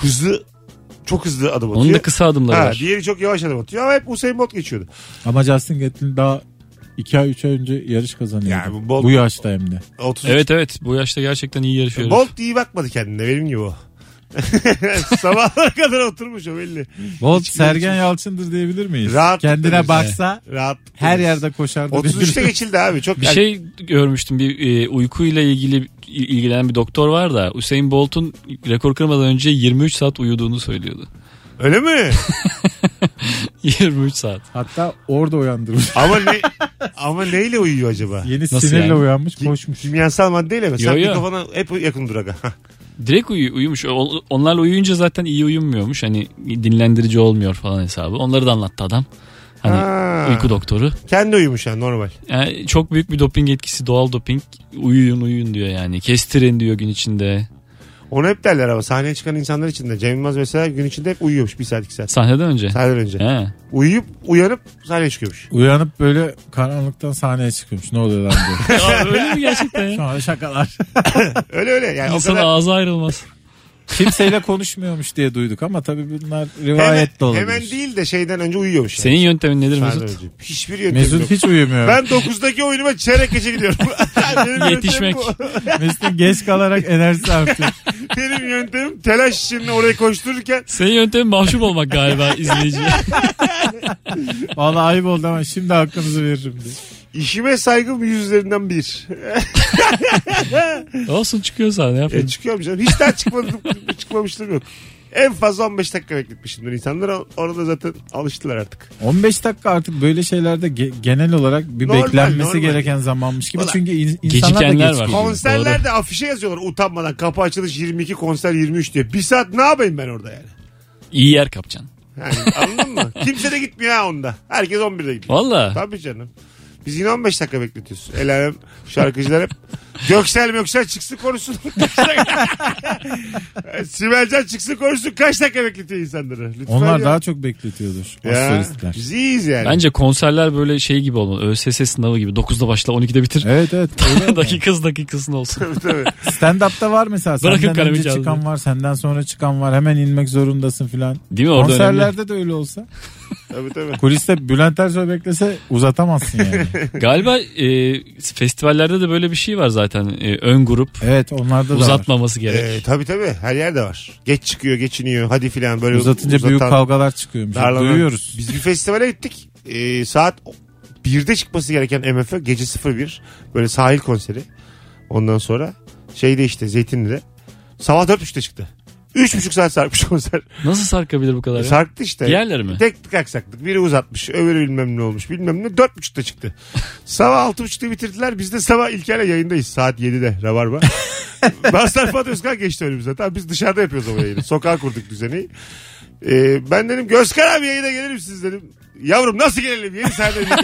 Çok hızlı adım atıyor. Onun da kısa adımları Ha, var. diğeri çok yavaş adım atıyor ama hep Usain Bolt geçiyordu. Ama Justin Gatlin daha 2 ay 3 ay önce yarış kazanıyordu. Yani bu Bolt- bu yaşta hem de. 30. Evet bu yaşta gerçekten iyi yarışıyor. Bolt iyi bakmadı kendine benim gibi o. Sabahlara kadar oturmuş o belli. Bolt Hiç Sergen kimse- Yalçın'dır diyebilir miyiz? Rahat Kendine deriz. baksa Rahat. her deriz. yerde koşardı. 33'te geçildi abi. Çok Bir şey görmüştüm, bir uykuyla ilgilenen bir doktor var da Usain Bolt'un rekor kırmadan önce 23 saat uyuduğunu söylüyordu. Öyle mi? 23 saat. Hatta orada uyandırmış. Ama neyle uyuyor acaba? Yeni Nasıl sinirle yani? uyanmış koşmuş. Kimyasal maddeyle mi? Sen Yo. mikrofona hep yakın dur aga. Direkt uyumuş. Onlarla uyuyunca zaten iyi uyumuyormuş. Hani dinlendirici olmuyor falan hesabı. Onları da anlattı adam. Hani Ha. uyku doktoru. Kendi uyumuş yani normal. Yani çok büyük bir doping etkisi, doğal doping. Uyuyun diyor yani. Kestirin diyor gün içinde. Onu hep derler ama sahneye çıkan insanlar için de. Cem Yılmaz mesela gün içinde hep uyuyormuş 1 saat 2 saat. Sahneden önce. Sahneden önce. He. Uyuyup uyanıp sahneye çıkıyormuş. Uyanıp böyle karanlıktan sahneye çıkıyormuş. Ne oluyor lan diyor. Ya öyle mi gerçekten ya? Sonra şakalar. Öyle yani İnsanın o kadar. ağzı ayrılmaz. Kimseyle konuşmuyormuş diye duyduk ama tabii bunlar rivayet de olabilir. Hemen değil de şeyden önce uyuyormuş. Yani. Senin yöntemin nedir Sahneden Mesut? önce. Hiçbir yöntemim Mesut yok. hiç uyumuyor. Ben 9'daki oyunuma çeyrek geçe gidiyorum. Benim yöntemim Yetişmek. bu. Mesut'un geç kalarak enerjisi artıyor. Benim yöntemim telaş içinde oraya koştururken Senin yöntemin mahcup olmak galiba izleyiciye. Vallahi ayıp oldu ama şimdi hakkınızı veririm diye. işime saygım 100 üzerinden 1. Olsun çıkıyor sahne yapalım. Çıkıyorum canım. Hiç daha çıkmamıştım yok. En fazla 15 dakika bekletmişimdir insanlar. Orada zaten alıştılar artık. 15 dakika artık böyle şeylerde genel olarak bir Normal, beklenmesi normal. gereken zamanmış gibi. Ulan, Çünkü insanlar da gecikenler geç var. geliyor. Konserlerde afişe yazıyorlar utanmadan. Kapı açılış 22, konser 23 diye. 1 saat ne yapayım ben orada yani? İyi yer kapacaksın. Yani anladın mı? Kimse de gitmiyor ha onda. Herkes 11'de gidiyor. Valla. Tabii canım. Biz yine 15 dakika bekletiyoruz. El alem şarkıcılar hep Göksel çıksın konuşsun. Sibelcan çıksın konuşsun. Kaç dakika bekletiyor insanları? Lütfen Onlar ya. daha çok bekletiyordur. Ya, Astrolistler. biz iyiyiz yani. Bence konserler böyle şey gibi olmalı. ÖSS sınavı gibi. 9'da başla 12'de bitir. Evet. Öyle dakikasına olsun. Tabii. Stand-up'ta var mesela. Bırakın Senden kalemi önce kağıdı. çıkan var. Senden sonra çıkan var. Hemen inmek zorundasın filan. Değil mi? Orada önemli. Konserlerde de öyle olsa. Tabii. Kuliste Bülent Ersoy beklese uzatamazsın yani. Galiba festivallerde de böyle bir şey var zaten. Ön grup Evet onlarda da var. uzatmaması gerek. Tabii. Her yerde var. Geç çıkıyor, geç iniyor. Hadi filan böyle Uzatınca büyük kavgalar çıkıyormuş. darlanan. Duyuyoruz. Biz bir festivale gittik. Saat 1'de çıkması gereken MF gece 01. Böyle sahil konseri. Ondan sonra şeyde işte Zeytinli'de. Sabah 4.30'da çıktı. 3,5 saat sarkmış konser. Nasıl sarkabilir bu kadar ya? Sarktı işte. Diğerleri mi? Tek aksaklık. Biri uzatmış. Öbürü bilmem ne olmuş. Bilmem ne. 4.30'da çıktı. Sabah 6.30'da bitirdiler. Biz de sabah İlker'le yayındayız. Saat 7'de. Rabarba. Mazhar Fuat Özkan geçti önümüzde. Tamam, biz dışarıda yapıyoruz o yayını. Sokağa kurduk düzeni. Ben dedim Gözkan abi yayına gelir misiniz dedim. Yavrum nasıl gelelim? Yeni sahnede dedim.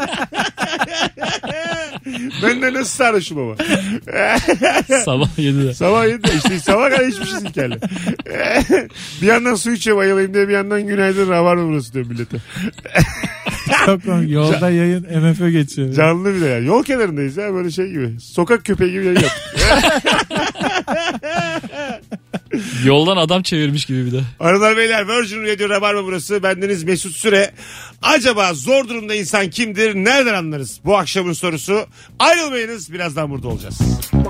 Ben de nasıl sarhoşum ama. Sabah 7'de. Sabah 7'de işte sabah kadar içmişiz İlker'le. Bir yandan su içiyorum ayılayım diye, bir yandan günaydın Rabarba burası diyor millete. Çok komik. Yolda yayın MFÖ geçiyor. Canlı bir de ya. Yol kenarındayız ya böyle şey gibi. Sokak köpeği gibi yayın yaptık. Yoldan adam çevirmiş gibi bir de. Hanımlar beyler, Virgin Radio Rabarba burası. Bendeniz Mesut Süre. Acaba zor durumda insan kimdir? Nereden anlarız? Bu akşamın sorusu. Ayrılmayınız. Birazdan burada olacağız.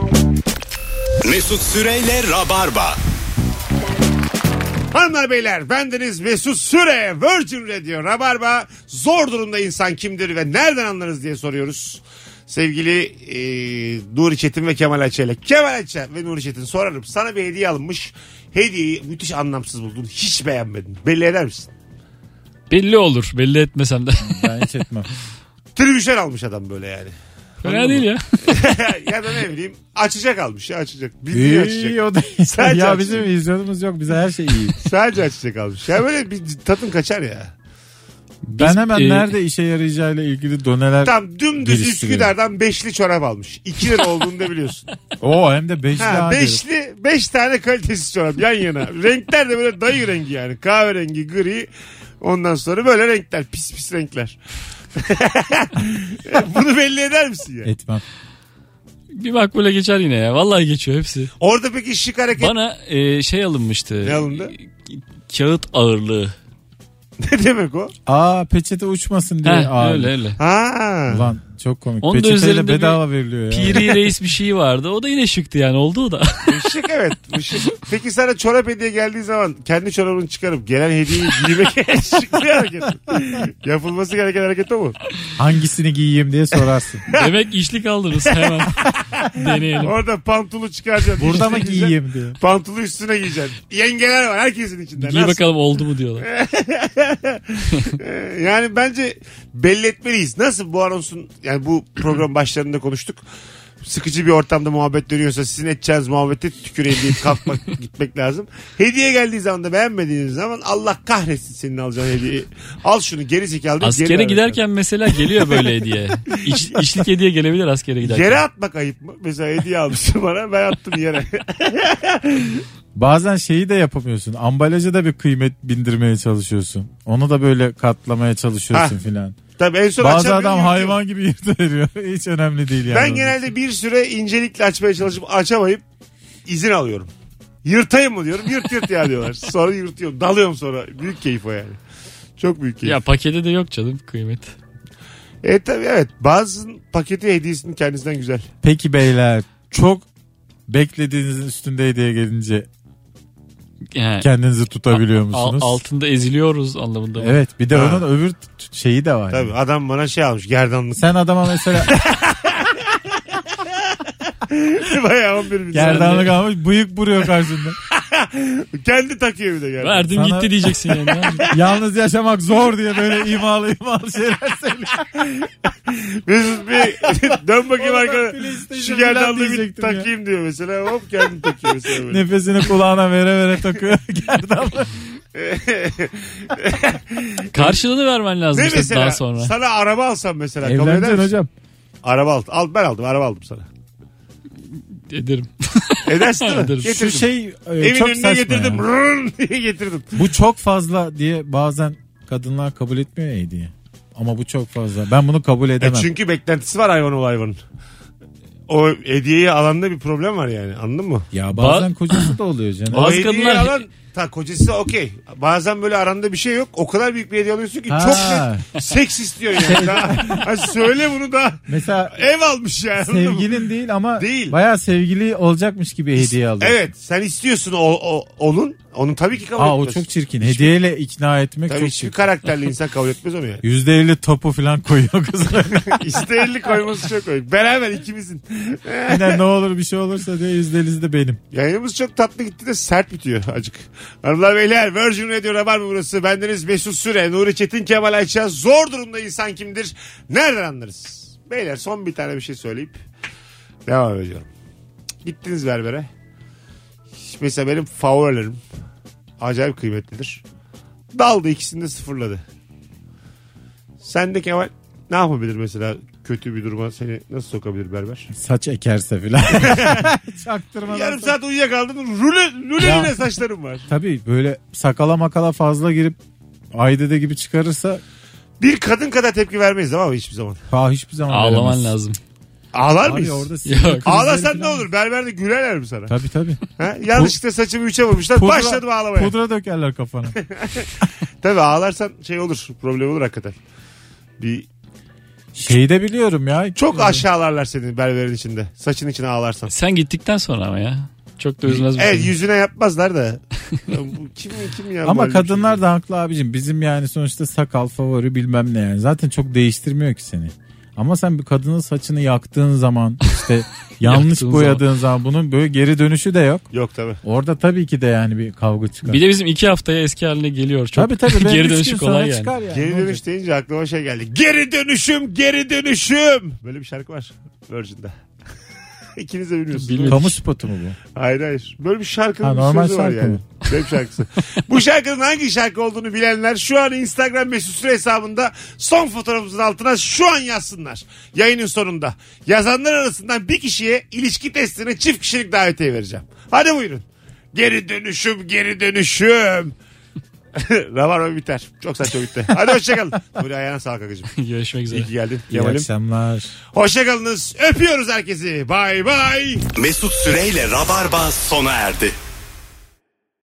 Mesut Süreyle Rabarba. Hanımlar beyler, bendeniz Mesut Süre. Virgin Radio Rabarba. Zor durumda insan kimdir ve nereden anlarız diye soruyoruz. Sevgili Nuri Çetin ve Kemal Ayça ile. Kemal Ayça ve Nuri Çetin, sorarım. Sana bir hediye alınmış. Hediyeyi müthiş anlamsız buldun. Hiç beğenmedin. Belli eder misin? Belli olur. Belli etmesem de. Ben hiç etmem. Tribüşen almış adam böyle yani. Fena değil ya. Ya da ne bileyim, açacak almış ya, açacak. Bildiğin açacak. İyi o da iyi. Sadece Ya açacak. bizim vizyonumuz yok. Bize her şey iyi. Sadece açacak almış. Ya böyle bir tadın kaçar ya. Ben hemen nerede işe yarayacağıyla ilgili doneler Tam dümdüz geliştiriyorum. Üsküdar'dan 5'li çorap almış. 2 lira olduğunu da biliyorsun. O hem de 5'li Ha, 5 tane kalitesiz çorap yan yana. Renkler de böyle dayı rengi yani. Kahverengi, gri. Ondan sonra böyle renkler. Pis pis renkler. Bunu belli eder misin ya? Etmem. Bir makbule geçer yine ya. Vallahi geçiyor hepsi. Orada peki şık hareket Bana şey alınmıştı. ne alındı? Kağıt ağırlığı. Ne demek o? Peçete uçmasın diye. Heh, abi. öyle. Ha. Ulan çok komik. Onun da Peçeteyle üzerinde bedava veriliyor ya. Piri Reis bir şey vardı. O da yine şıktı yani. Oldu o da. Şık evet. Şık. Peki sana çorap hediye geldiği zaman kendi çorabını çıkarıp gelen hediyeyi giymek şık bir hareket. Yapılması gereken hareket o mu? Hangisini giyeyim diye sorarsın. Demek işlik aldınız hemen. Deneyelim. Orada pantolu çıkaracaksın. Burada üstüne mı giyeceksin. giyeyim diyor. Pantolu üstüne giyeceksin. Yengeler var herkesin içinde. Giy bakalım oldu mu diyorlar. Yani bence belli etmeliyiz. Nasıl bu anonsun, yani bu program başlarında konuştuk. Sıkıcı bir ortamda muhabbet dönüyorsa sizin edeceğiniz muhabbete tüküreyim deyip kalkmak gitmek lazım. Hediye geldiği zaman da beğenmediğiniz zaman Allah kahretsin senin alacağın hediyeyi. Al şunu geri zekalı. Askere giderken mesela geliyor böyle hediye. İçlik hediye gelebilir askere giderken. Yere atmak ayıp mı? Mesela hediye almışsın bana, ben attım yere. Bazen şeyi de yapamıyorsun. Ambalaja da bir kıymet bindirmeye çalışıyorsun. Onu da böyle katlamaya çalışıyorsun filan. Tabii en son Bazı açamıyor, adam yırtıyor. hayvan gibi yırtıveriyor. Hiç önemli değil yani. Ben genelde bir süre incelikle açmaya çalışıp açamayıp izin alıyorum. Yırtayım mı diyorum. Yırt ya diyorlar. Sonra yırtıyorum. Dalıyorum sonra. Büyük keyif o yani. Çok büyük keyif. Ya pakete de yok canım kıymet. Tabii evet. Bazı paketi hediyesinin kendisinden güzel. Peki beyler, çok beklediğinizin üstünde hediye gelince Yani, kendinizi tutabiliyor musunuz? altında eziliyoruz anlamında mı? Evet, bir de Ha. onun öbür şeyi de var. Tabii adam bana şey almış, gerdanlık. Sen adama mesela Bayağı 11 bin. gerdanlık almış, bıyık vuruyor karşında. Kendi takıyor bir de gerdanlık. Verdim Sana- gitti diyeceksin yani. Yalnız yaşamak zor diye böyle imalı şeyler söylüyor. Mesut bir dön bakayım Oradan arkana. PlayStation Şu falan gerdanlığı bir diyecektim ya. takayım diyor mesela. Hop kendi takıyor mesela böyle. Nefesini kulağına vere takıyor gerdanlık. Karşılığını vermen lazım Ne işte mesela? daha sonra. Sana araba alsam mesela. kabul eder Evleneceksin misin? hocam. Araba al. Ben aldım. Araba aldım sana. Ederim. Edersin değil mi? Ederim. Getirdim. Şu şey Evin çok önüne saçma getirdim. ya. Rrrn diye getirdim. Bu çok fazla diye bazen kadınlar kabul etmiyor ya hediye. Ama bu çok fazla. Ben bunu kabul edemem. Çünkü beklentisi var hayvan ol hayvanın. O hediyeyi alanda bir problem var yani, anladın mı? Ya bazen kocası da oluyor canım. O Bazı hediyeyi kadınlar- alan kocası okey. Bazen böyle aranda bir şey yok. O kadar büyük bir hediye alıyorsun ki Ha. çok net seks istiyor yani. Daha, hani söyle bunu da. Mesela Ev almış yani. anladın mı? sevgilin değil ama Değil. bayağı sevgili olacakmış gibi hediye alıyor. Evet, sen istiyorsun onun tabii ki kabul Aa, o etmez. çok çirkin. Hediyeyle ikna etmek Tabii çok hiçbir çirkin. karakterli insan kabul etmez onu yani. %50 topu falan koyuyor kızına. %50 koyması çok öyle. Beraber ikimizin. Yine ne olur bir şey olursa diye %50'si de benim. Yayınımız çok tatlı gitti de sert bitiyor acık. Hanımlar beyler, Virgin Radio Rabarba burası. Bendeniz Mesut Süre, Nuri Çetin, Kemal Ayça. Zor durumda insan kimdir? Nereden anlarız? Beyler son bir tane bir şey söyleyip devam ediyorum. Gittiniz berbere. Mesela benim favorilerim acayip kıymetlidir. Daldı, ikisini de sıfırladı. Sen de Kemal ne yapabilir mesela, kötü bir duruma seni nasıl sokabilir berber? Saç ekerse filan. Çaktırmadan. Yarım saat uyuyakaldın, rüle Ya. saçlarım var. Tabii böyle sakala makala fazla girip Aydede gibi çıkarırsa Bir kadın kadar tepki vermeyiz ama hiçbir zaman. hiçbir zaman Ağlaman veremez. lazım. Ağlar Abi mıyız? orada Yok. Ağlasan ne olur? Berberde gülerler mi sana? Tabii. Ha? Yanlışlıkla saçımı üçe vurmuşlar. Başladım ağlamaya. Pudra dökerler kafana. Tabii ağlarsan şey olur. Problem olur hakikaten. Bir Şeyi de biliyorum ya. çok aşağılarlar seni berberin içinde. Saçın içine ağlarsan. Sen gittikten sonra ama ya. Çok da üzmez bir Evet, şey. yüzüne yapmazlar da. Ya bu kim ya? Ama böyle bir kadınlar şey? da haklı abicim. Bizim yani sonuçta sakal favori bilmem ne yani. Zaten çok değiştirmiyor ki seni. Ama sen bir kadının saçını yaktığın zaman işte yanlış Yaktığın boyadığın zaman bunun böyle geri dönüşü de yok. Yok tabii. Orada tabii ki de yani bir kavga çıkar. Bir de bizim 2 haftaya eski haline geliyor. Çok tabii benim geri 3 dönüşü gün kolay sonra yani. çıkar yani. Geri Ne olacak? dönüş deyince aklıma şey geldi. Geri dönüşüm. Böyle bir şarkı var Virgin'de. İkiniz de bilmiyorsunuz. Bilmiyorum. Kamu spotu mu bu? Hayır. Böyle bir şarkının Ha, bir normal sözü var şarkı yani. mı? Rap şarkısı. Bu şarkının hangi şarkı olduğunu bilenler şu an Instagram Mesut Süre hesabında son fotoğrafımızın altına şu an yazsınlar. Yayının sonunda. Yazanlar arasından bir kişiye ilişki testine çift kişilik davetiye vereceğim. Hadi buyurun. Geri dönüşüm. Rabarba biter. Çok saçma bitti. Hadi hoşçakalın. Böyle ayağına sağlık akıcım. Görüşmek üzere. İyi ki geldin. İyi Kemal'im. akşamlar. Hoşçakalınız. Öpüyoruz herkesi. Bay bay. Mesut Süreyle Rabarba sona erdi.